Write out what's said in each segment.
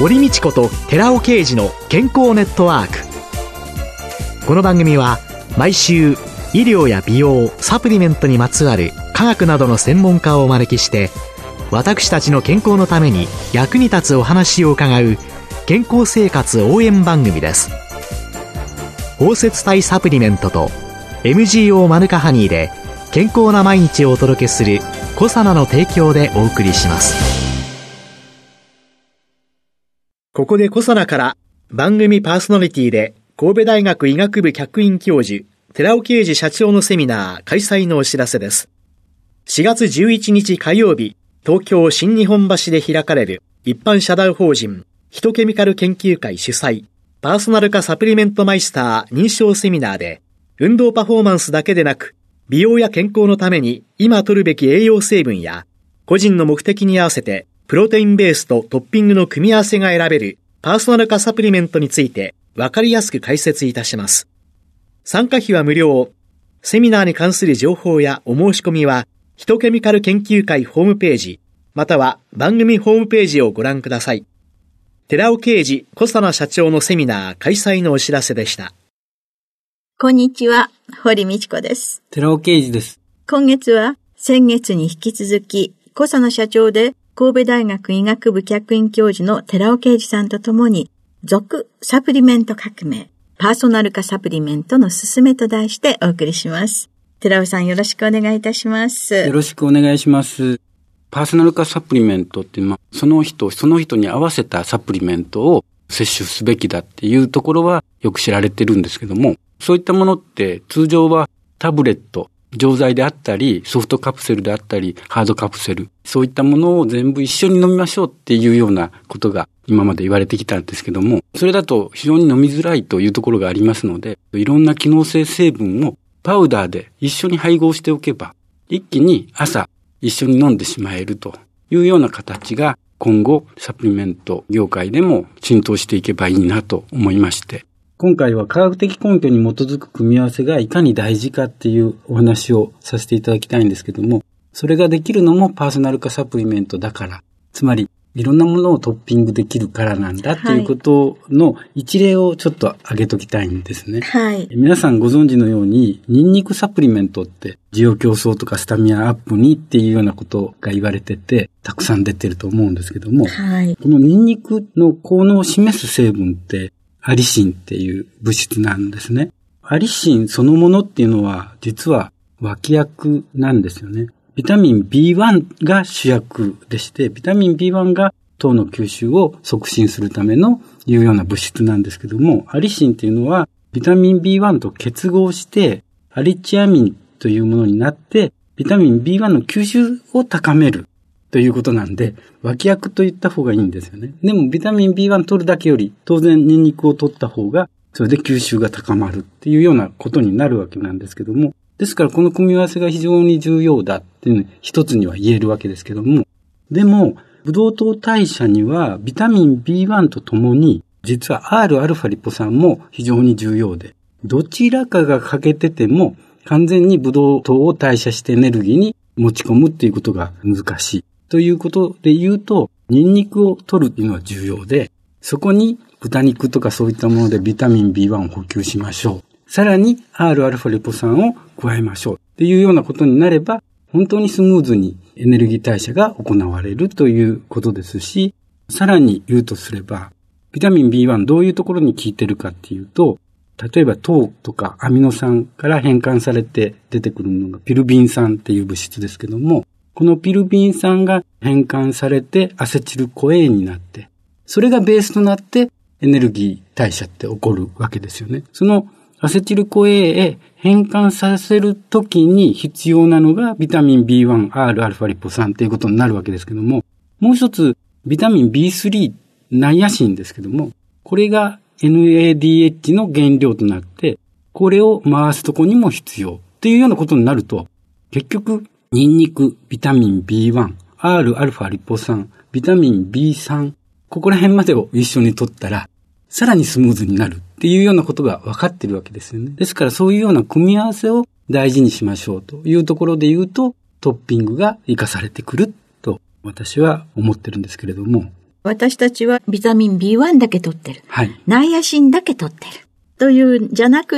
堀道子と寺尾啓二の健康ネットワーク。この番組は毎週医療や美容、サプリメントにまつわる科学などの専門家をお招きして、私たちの健康のために役に立つお話を伺う健康生活応援番組です。包摂体サプリメントと MGO マヌカハニーで健康な毎日をお届けするコサナの提供でお送りします。ここでコサナから番組パーソナリティで神戸大学医学部客員教授寺尾啓二社長のセミナー開催のお知らせです。4月11日火曜日、東京新日本橋で開かれる一般社団法人ヒトケミカル研究会主催パーソナル化サプリメントマイスター認証セミナーで、運動パフォーマンスだけでなく美容や健康のために今摂るべき栄養成分や個人の目的に合わせてプロテインベースとトッピングの組み合わせが選べるパーソナル化サプリメントについてわかりやすく解説いたします。参加費は無料。セミナーに関する情報やお申し込みはヒトケミカル研究会ホームページまたは番組ホームページをご覧ください。寺尾啓二小佐奈社長のセミナー開催のお知らせでした。 こんにちは、堀道子です。 寺尾啓二です。 今月は先月に引き続き小佐奈社長で神戸大学医学部客員教授の寺尾啓二さんとともに続サプリメント革命パーソナル化サプリメントのすすめと題してお送りします。寺尾さん、よろしくお願いいたします。 よろしくお願いします。パーソナル化サプリメントっていうのはその人に合わせたサプリメントを摂取すべきだっていうところはよく知られてるんですけども、そういったものって通常はタブレット、錠剤であったりソフトカプセルであったりハードカプセル、そういったものを全部一緒に飲みましょうっていうようなことが今まで言われてきたんですけども、それだと非常に飲みづらいというところがありますので、いろんな機能性成分をパウダーで一緒に配合しておけば一気に朝一緒に飲んでしまえるというような形が今後サプリメント業界でも浸透していけばいいなと思いまして、今回は科学的根拠に基づく組み合わせがいかに大事かっていうお話をさせていただきたいんですけども、それができるのもパーソナル化サプリメントだから、つまりいろんなものをトッピングできるからなんだっていうことの一例をちょっと挙げときたいんですね。 はい。 皆さんご存知のようにニンニクサプリメントって需要競争とかスタミナアップにっていうようなことが言われててたくさん出てると思うんですけども、 はい。 このニンニクの効能を示す成分ってアリシンっていう物質なんですね。アリシンそのものっていうのは実は脇役なんですよね。ビタミン B1 が主役でして、ビタミン B1 が糖の吸収を促進するためのいうような物質なんですけども、アリシンっていうのはビタミン B1 と結合してアリチアミンというものになってビタミン B1 の吸収を高めるということなんで、脇役と言った方がいいんですよね。でもビタミン B1 取るだけより当然ニンニクを取った方がそれで吸収が高まるっていうようなことになるわけなんですけども、ですからこの組み合わせが非常に重要だっていうの一つには言えるわけですけども、でもブドウ糖代謝にはビタミン B1 とともに実は Rα リポ酸も非常に重要で、どちらかが欠けてても完全にブドウ糖を代謝してエネルギーに持ち込むっていうことが難しいということで言うと、ニンニクを取るっていうのは重要で、そこに豚肉とかそういったものでビタミン B1 を補給しましょう。さらに Rα リポ酸を加えましょうっていうようなことになれば、本当にスムーズにエネルギー代謝が行われるということですし、さらに言うとすれば、ビタミン B1 どういうところに効いてるかっていうと、例えば糖とかアミノ酸から変換されて出てくるのがピルビン酸っていう物質ですけども、このピルビン酸が変換されてアセチルコエーンになって、それがベースとなってエネルギー代謝って起こるわけですよね。そのアセチルコエーンへ変換させるときに必要なのがビタミン B1、Rα リポ酸っていうことになるわけですけども、もう一つビタミン B3、ナイアシンですけども、これが NADH の原料となって、これを回すとこにも必要っていうようなことになると、結局ニンニク、ビタミン B1、Rα リポ酸、ビタミン B3、ここら辺までを一緒に取ったら、さらにスムーズになるっていうようなことが分かっているわけですよね。ですからそういうような組み合わせを大事にしましょうというところで言うと、トッピングが活かされてくると私は思ってるんですけれども、 私たちはビタミン B1 だけ取ってる。 はい。 ナイアシンだけ取ってる。というんじゃなくって、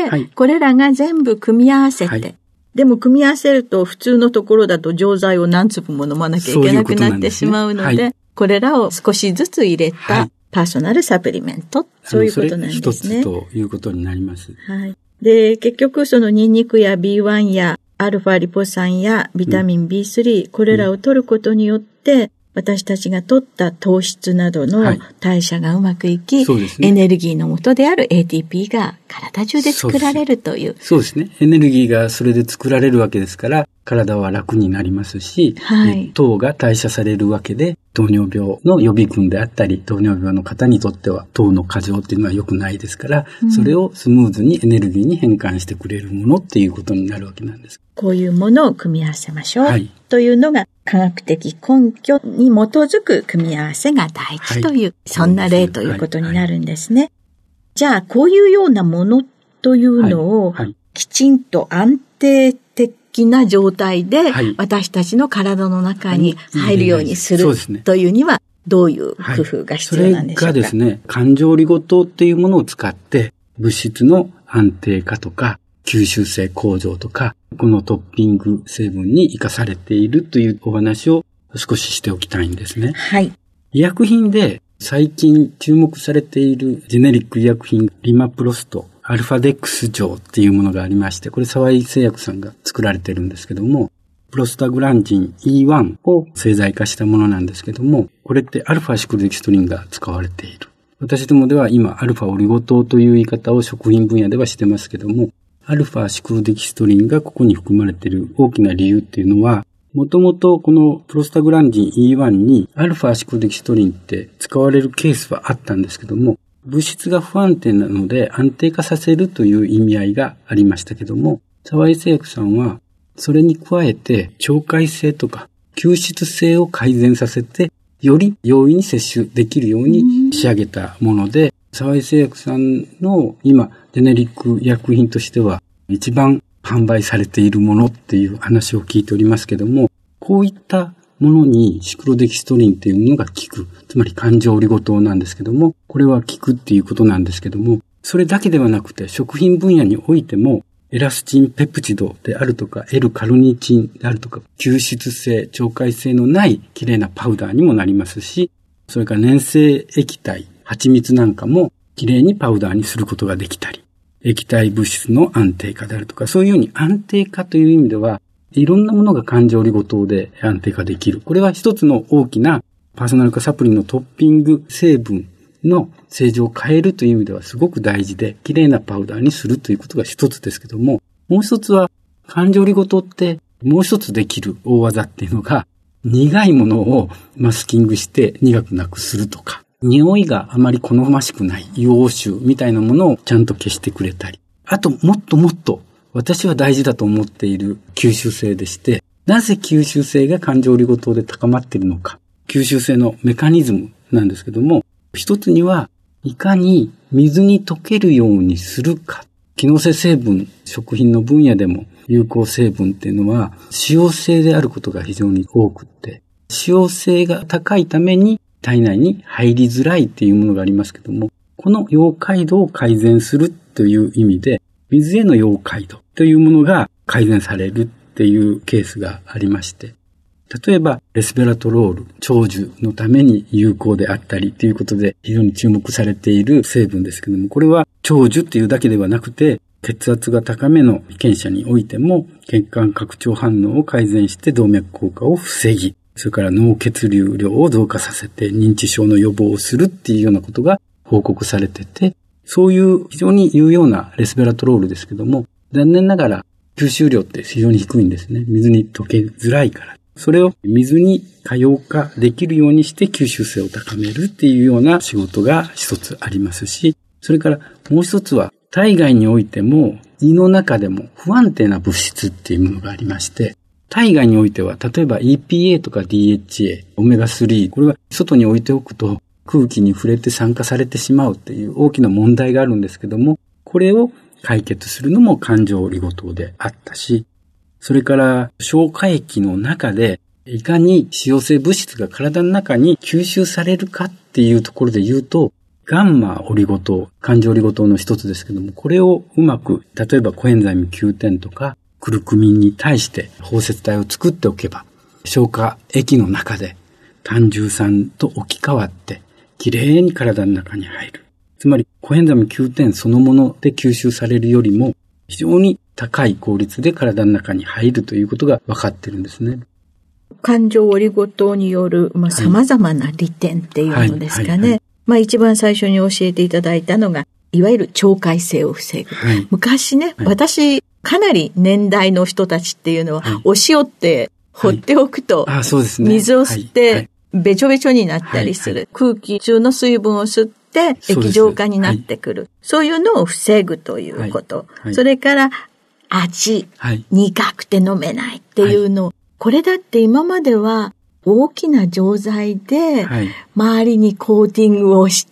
はい、 これらが全部組み合わせて、はい、でも組み合わせると普通のところだと錠剤を何粒も飲まなきゃいけなくなってしまうので、はい、これらを少しずつ入れたパーソナルサプリメント、そういうことなんですね。 一つということになります。 はい。で、結局そのニンニクや B1 やアルファリポ酸やビタミン B3、これらを取ることによって、私たちが取った糖質などの代謝がうまくいき、はいね、エネルギーの元である ATP が体中で作られるという。 そうですね。エネルギーがそれで作られるわけですから、体は楽になりますし、はい、糖が代謝されるわけで、糖尿病の予備軍であったり、糖尿病の方にとっては糖の過剰っていうのは良くないですから、それをスムーズにエネルギーに変換してくれるものっていうことになるわけなんです。 こういうものを組み合わせましょう、はい、というのが科学的根拠に基づく組み合わせが大事という、はい、そんな例ということになるんですね。はいはい、じゃあ、こういうようなものというのを、きちんと安定的な状態で、私たちの体の中に入るようにするというには、どういう工夫が必要なんでしょうか。 それがですね、環状オリゴ糖っていうものを使って、物質の安定化とか、吸収性向上とか、このトッピング成分に活かされているというお話を少ししておきたいんですね。 はい。 医薬品で最近注目されているジェネリック医薬品リマプロスト、アルファデックス錠っていうものがありまして、これ沢井製薬さんが作られてるんですけども、プロスタグランジン E1 を製剤化したものなんですけども、これってアルファシクルデキストリンが使われている。私どもでは今アルファオリゴ糖という言い方を食品分野ではしてますけども、アルファシクロデキストリンがここに含まれている大きな理由っていうのは、もともとこのプロスタグランジン E1 にアルファシクロデキストリンって使われるケースはあったんですけども、物質が不安定なので安定化させるという意味合いがありましたけども、沢井製薬さんはそれに加えて腸解性とか吸湿性を改善させて、より容易に摂取できるように仕上げたもので、沢井製薬さんの今ジェネリック医薬品としては一番販売されているものっていう話を聞いておりますけども、こういったものにシクロデキストリンっていうものが効く。つまり環状オリゴ糖なんですけども、これは効くっていうことなんですけども、それだけではなくて食品分野においてもエラスチンペプチドであるとか L カルニチンであるとか吸湿性、腸解性のない綺麗なパウダーにもなりますし、それから粘性液体、蜂蜜なんかも綺麗にパウダーにすることができたり、液体物質の安定化であるとか、そういうように安定化という意味では、いろんなものが環状オリゴ糖で安定化できる。これは一つの大きなパーソナル化サプリのトッピング成分の性状を変えるという意味ではすごく大事で、綺麗なパウダーにするということが一つですけども、もう一つは環状オリゴ糖ってもう一つできる大技っていうのが、苦いものをマスキングして苦くなくするとか、匂いがあまり好ましくない硫黄臭みたいなものをちゃんと消してくれたり。あと、もっと私は大事だと思っている吸収性でして、なぜ吸収性が環状オリゴ糖で高まっているのか。吸収性のメカニズムなんですけども、一つにはいかに水に溶けるようにするか。機能性成分、食品の分野でも有効成分っていうのは、使用性であることが非常に多くって、使用性が高いために体内に入りづらいっていうものがありますけども、この溶解度を改善するという意味で、水への溶解度というものが改善されるっていうケースがありまして、例えばレスベラトロール、長寿のために有効であったりということで非常に注目されている成分ですけども、これは長寿っていうだけではなくて、血圧が高めの被験者においても血管拡張反応を改善して動脈硬化を防ぎ、それから脳血流量を増加させて認知症の予防をするっていうようなことが報告されてて、そういう非常に有用なレスベラトロールですけども、残念ながら吸収量って非常に低いんですね。水に溶けづらいから。それを水に可溶化できるようにして吸収性を高めるっていうような仕事が一つありますし、それからもう一つは体外においても胃の中でも不安定な物質っていうものがありまして、体外においては例えば EPA とか DHA、オメガ3、これは外に置いておくと空気に触れて酸化されてしまうっていう大きな問題があるんですけども、これを解決するのも環状オリゴ糖であったし、それから消化液の中でいかに使用性物質が体の中に吸収されるかっていうところで言うと、ガンマオリゴ糖、環状オリゴ糖の一つですけども、これをうまく、例えばコエンザイム Q10 とかクルクミンに対して包摂体を作っておけば、消化液の中で胆汁酸と置き換わって、きれいに体の中に入る。つまり、コエンザイム Q10 そのもので吸収されるよりも、非常に高い効率で体の中に入るということが分かっているんですね。 環状オリゴ糖による、様々な利点っていうのですかね。一番最初に教えていただいたのが、いわゆる腸潰瘍を防ぐ。昔ね、私、かなり年代の人たちっていうのは、お塩って放っておくと、水を吸って、べちょべちょになったりする。空気中の水分を吸って、液状化になってくる。そういうのを防ぐということ。それから、味、苦くて飲めないっていうの。これだって今までは、大きな錠剤で、周りにコーティングをして、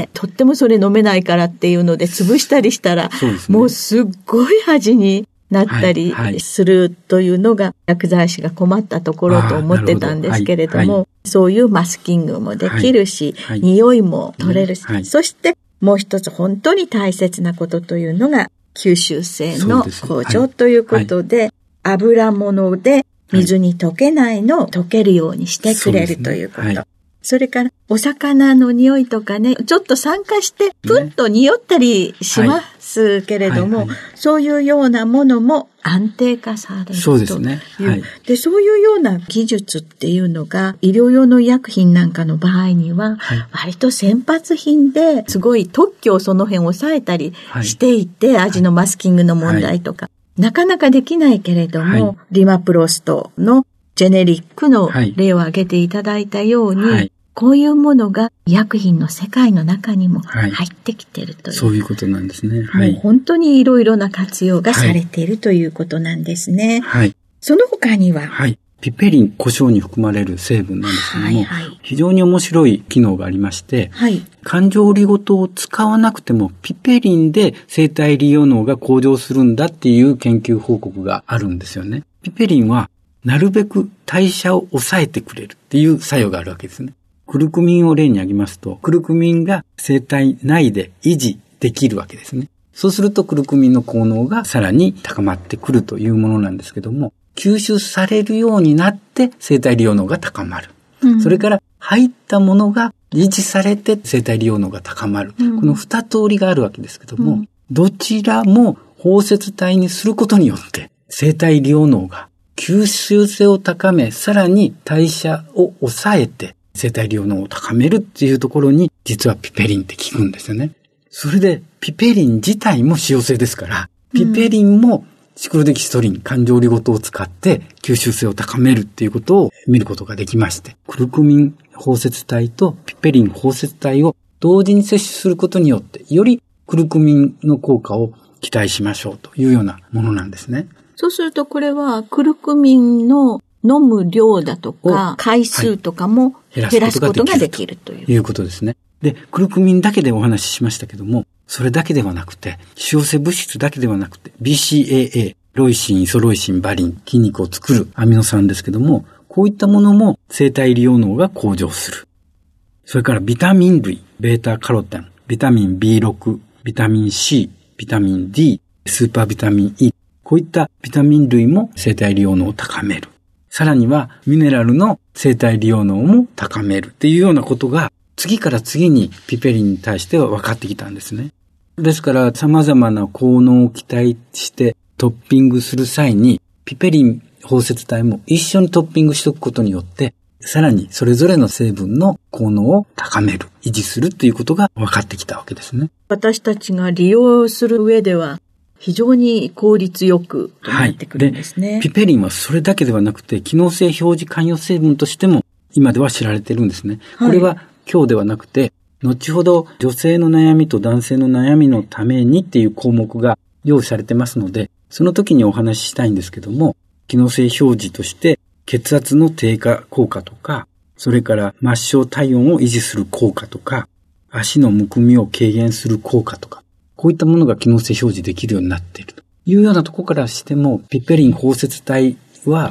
とってもそれ飲めないからっていうので潰したりしたら、もうすっごい味になったりするというのが薬剤師が困ったところと思ってたんですけれども、そういうマスキングもできるし、匂いも取れるし、そしてもう一つ本当に大切なことというのが吸収性の向上ということで、油物で水に溶けないのを溶けるようにしてくれるということ。それから、お魚の匂いとかね、ちょっと酸化して、プンと匂ったりしますけれども、そういうようなものも安定化されるという。 そうですね。 で、そういうような技術っていうのが、医療用の医薬品なんかの場合には、割と先発品ですごい特許をその辺抑えたりしていて、味のマスキングの問題とか。なかなかできないけれども、リマプロストのジェネリックの例を挙げていただいたように、こういうものが医薬品の世界の中にも入ってきているという。 そういうことなんですね。 もう本当にいろいろな活用がされているということなんですね。その他には、 ピペリン、胡椒に含まれる成分なんですけども、非常に面白い機能がありまして、環状オリゴ糖を使わなくてもピペリンで生体利用能が向上するんだっていう研究報告があるんですよね。ピペリンはなるべく代謝を抑えてくれるっていう作用があるわけですね。クルクミンを例に挙げますと、クルクミンが生体内で維持できるわけですね。そうするとクルクミンの効能がさらに高まってくるというものなんですけども、吸収されるようになって生体利用能が高まる。それから入ったものが維持されて生体利用能が高まる。この二通りがあるわけですけども、どちらも包摂体にすることによって生体利用能が吸収性を高め、さらに代謝を抑えて生体利用能を高めるっていうところに実はピペリンって効くんですよね。それでピペリン自体も使用性ですから、ピペリンもシクロデキストリン、環状オリゴ糖を使って吸収性を高めるっていうことを見ることができまして、クルクミン包摂体とピペリン包摂体を同時に摂取することによって、よりクルクミンの効果を期待しましょうというようなものなんですね。 そうするとこれはクルクミンの飲む量だとか回数とかも減らすことができるということですね。で、クルクミンだけでお話ししましたけども、それだけではなくて、使用性物質だけではなくて、BCAA、ロイシン、イソロイシン、バリン、筋肉を作るアミノ酸ですけども、こういったものも生体利用能が向上する。それからビタミン類、ベータカロテン、ビタミン B6、ビタミン C、ビタミン D、スーパービタミン E、こういったビタミン類も生体利用能を高める。さらにはミネラルの生体利用能も高めるっていうようなことが次から次にピペリンに対しては分かってきたんですね。ですから様々な効能を期待してトッピングする際にピペリン包摂体も一緒にトッピングしておくことによってさらにそれぞれの成分の効能を高める、維持するということが分かってきたわけですね。 私たちが利用する上では非常に効率よくなってくるんですね。 ピペリンはそれだけではなくて機能性表示関与成分としても今では知られているんですね。これは今日ではなくて後ほど女性の悩みと男性の悩みのためにっていう項目が用意されてますので、その時にお話ししたいんですけども、機能性表示として血圧の低下効果とか、それから末梢体温を維持する効果とか、足のむくみを軽減する効果とか、こういったものが機能性表示できるようになっているというようなところからしても、ピペリン包摂体は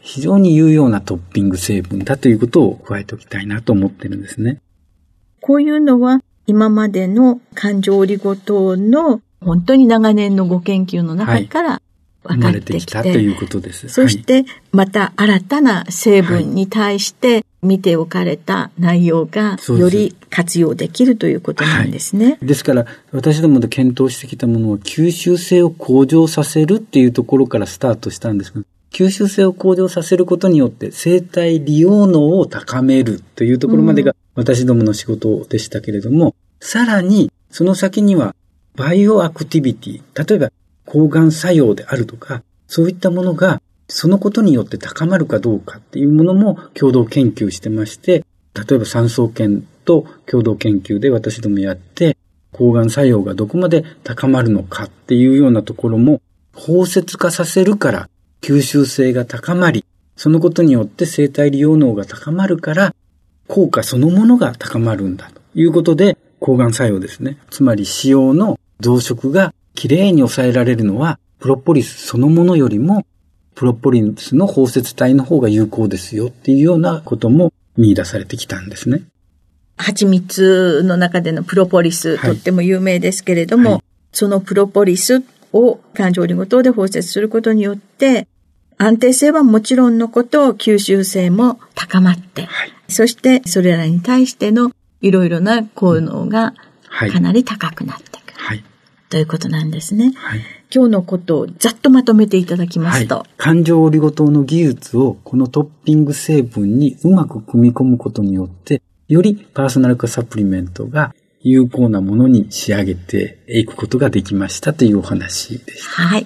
非常に有用なトッピング成分だということを加えておきたいなと思ってるんですね。 こういうのは今までの環状オリゴ糖の本当に長年のご研究の中から分かってきて、 生まれてきたということです。 そしてまた新たな成分に対して見ておかれた内容がより活用できるということなんですね。 ですから私どもで検討してきたものは吸収性を向上させるっていうところからスタートしたんですけど、吸収性を向上させることによって生体利用能を高めるというところまでが私どもの仕事でしたけれども、さらにその先にはバイオアクティビティ、例えば抗がん作用であるとか、そういったものがそのことによって高まるかどうかっていうものも共同研究してまして、例えば産総研と共同研究で私どもやって、抗がん作用がどこまで高まるのかっていうようなところも包摂化させるから吸収性が高まり、そのことによって生体利用能が高まるから効果そのものが高まるんだということで、抗がん作用ですね。つまり腫瘍の増殖がきれいに抑えられるのはプロポリスそのものよりもプロポリスの包摂体の方が有効ですよっていうようなことも見出されてきたんですね。 蜂蜜の中でのプロポリス、とっても有名ですけれども、そのプロポリスを環状オリゴ糖で包摂することによって安定性はもちろんのこと吸収性も高まって、そしてそれらに対してのいろいろな効能がかなり高くなってくる、ということなんですね。今日のことをざっとまとめていただきますと、 環状オリゴ糖の技術をこのトッピング成分にうまく組み込むことによってよりパーソナル化サプリメントが有効なものに仕上げていくことができましたというお話でした。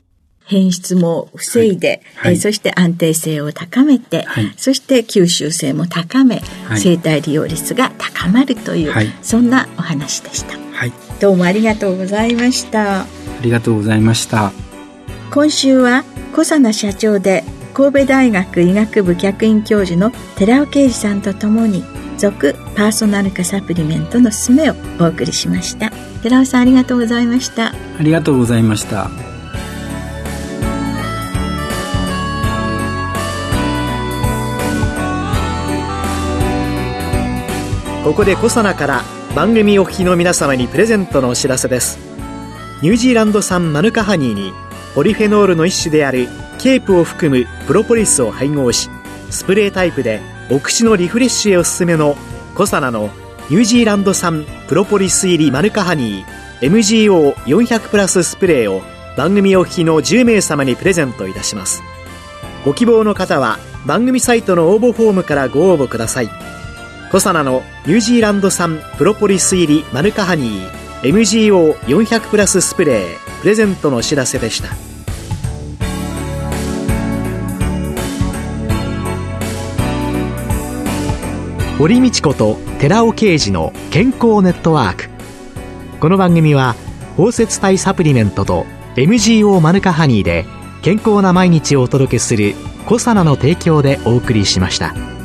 変質も防いで、そして安定性を高めて、そして吸収性も高め、生体利用率が高まるという、そんなお話でした。どうもありがとうございました。 ありがとうございました。 今週は小佐奈社長で神戸大学医学部客員教授の寺尾啓二さんとともに続パーソナル化サプリメントの勧めをお送りしました。寺尾さんありがとうございました。 ありがとうございました。 ここでコサナから番組お聞きの皆様にプレゼントのお知らせです。ニュージーランド産マヌカハニーにポリフェノールの一種であるケープを含むプロポリスを配合し、スプレータイプでお口のリフレッシュへおすすめのコサナのニュージーランド産プロポリス入りマヌカハニー MGO400 プラススプレーを番組お聞きの10名様にプレゼントいたします。ご希望の方は番組サイトの応募フォームからご応募ください。コサナのニュージーランド産プロポリス入りマヌカハニー MGO400 プラススプレープレゼントのお知らせでした。堀道子と寺尾啓二の健康ネットワーク。この番組は包摂体サプリメントと MGO マヌカハニーで健康な毎日をお届けするコサナの提供でお送りしました。